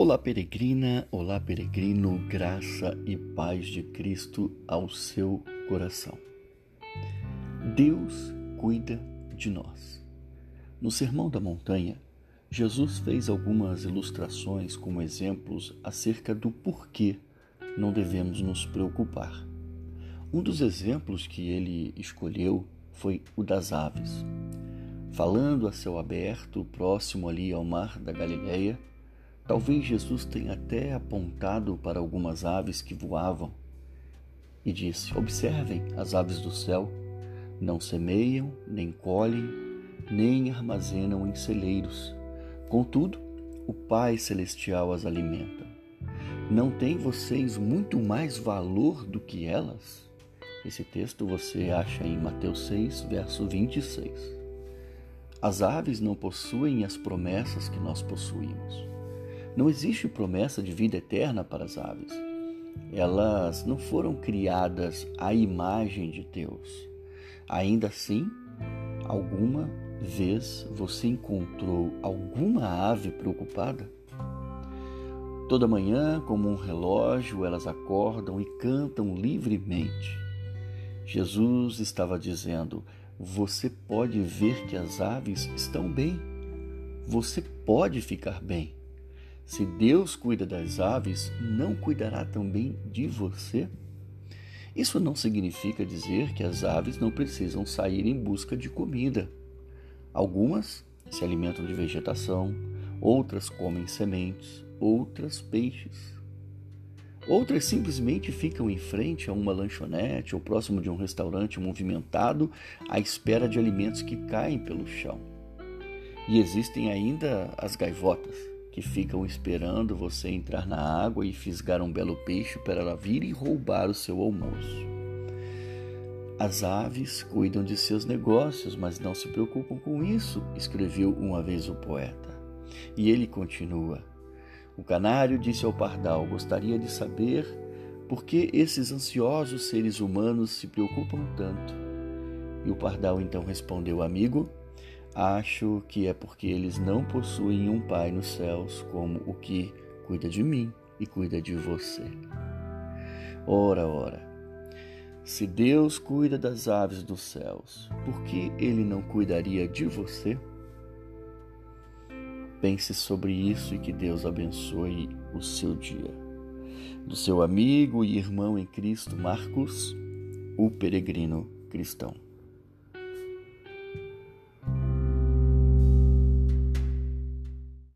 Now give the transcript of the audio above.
Olá, peregrina, olá, peregrino, graça e paz de Cristo ao seu coração. Deus cuida de nós. No Sermão da Montanha, Jesus fez algumas ilustrações como exemplos acerca do porquê não devemos nos preocupar. Um dos exemplos que ele escolheu foi o das aves. Falando a céu aberto, próximo ali ao mar da Galileia, talvez Jesus tenha até apontado para algumas aves que voavam e disse: observem as aves do céu, não semeiam, nem colhem, nem armazenam em celeiros. Contudo, o Pai Celestial as alimenta. Não têm vocês muito mais valor do que elas? Esse texto você acha em Mateus 6, verso 26. As aves não possuem as promessas que nós possuímos. Não existe promessa de vida eterna para as aves. Elas não foram criadas à imagem de Deus. Ainda assim, alguma vez você encontrou alguma ave preocupada? Toda manhã, como um relógio, elas acordam e cantam livremente. Jesus estava dizendo: você pode ver que as aves estão bem. Você pode ficar bem. Se Deus cuida das aves, não cuidará também de você? Isso não significa dizer que as aves não precisam sair em busca de comida. Algumas se alimentam de vegetação, outras comem sementes, outras peixes. Outras simplesmente ficam em frente a uma lanchonete ou próximo de um restaurante movimentado à espera de alimentos que caem pelo chão. E existem ainda as gaivotas, que ficam esperando você entrar na água e fisgar um belo peixe para ela vir e roubar o seu almoço. As aves cuidam de seus negócios, mas não se preocupam com isso, escreveu uma vez o poeta. E ele continua: o canário disse ao pardal: gostaria de saber por que esses ansiosos seres humanos se preocupam tanto. E o pardal então respondeu: amigo, acho que é porque eles não possuem um Pai nos céus como o que cuida de mim e cuida de você. Ora, se Deus cuida das aves dos céus, por que Ele não cuidaria de você? Pense sobre isso e que Deus abençoe o seu dia. Do seu amigo e irmão em Cristo, Marcos, o peregrino cristão.